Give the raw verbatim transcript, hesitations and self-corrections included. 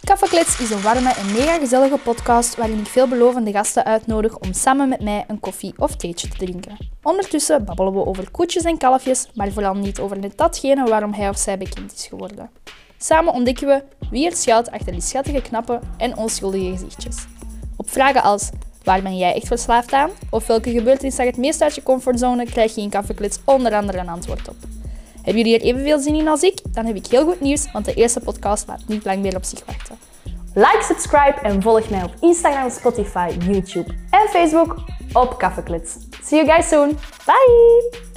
Kaffeklits is een warme en mega gezellige podcast waarin ik veelbelovende gasten uitnodig om samen met mij een koffie of theetje te drinken. Ondertussen babbelen we over koetjes en kalfjes, maar vooral niet over net datgene waarom hij of zij bekend is geworden. Samen ontdekken we wie er schuilt achter die schattige, knappe en onschuldige gezichtjes. Op vragen als: waar ben jij echt verslaafd aan? Of welke gebeurtenis zag het meest uit je comfortzone? Krijg je in Kaffeklits onder andere een antwoord op. Hebben jullie er evenveel zin in als ik? Dan heb ik heel goed nieuws, want de eerste podcast laat niet lang meer op zich wachten. Like, subscribe en volg mij op Instagram, Spotify, YouTube en Facebook op Kaffeklits. See you guys soon. Bye!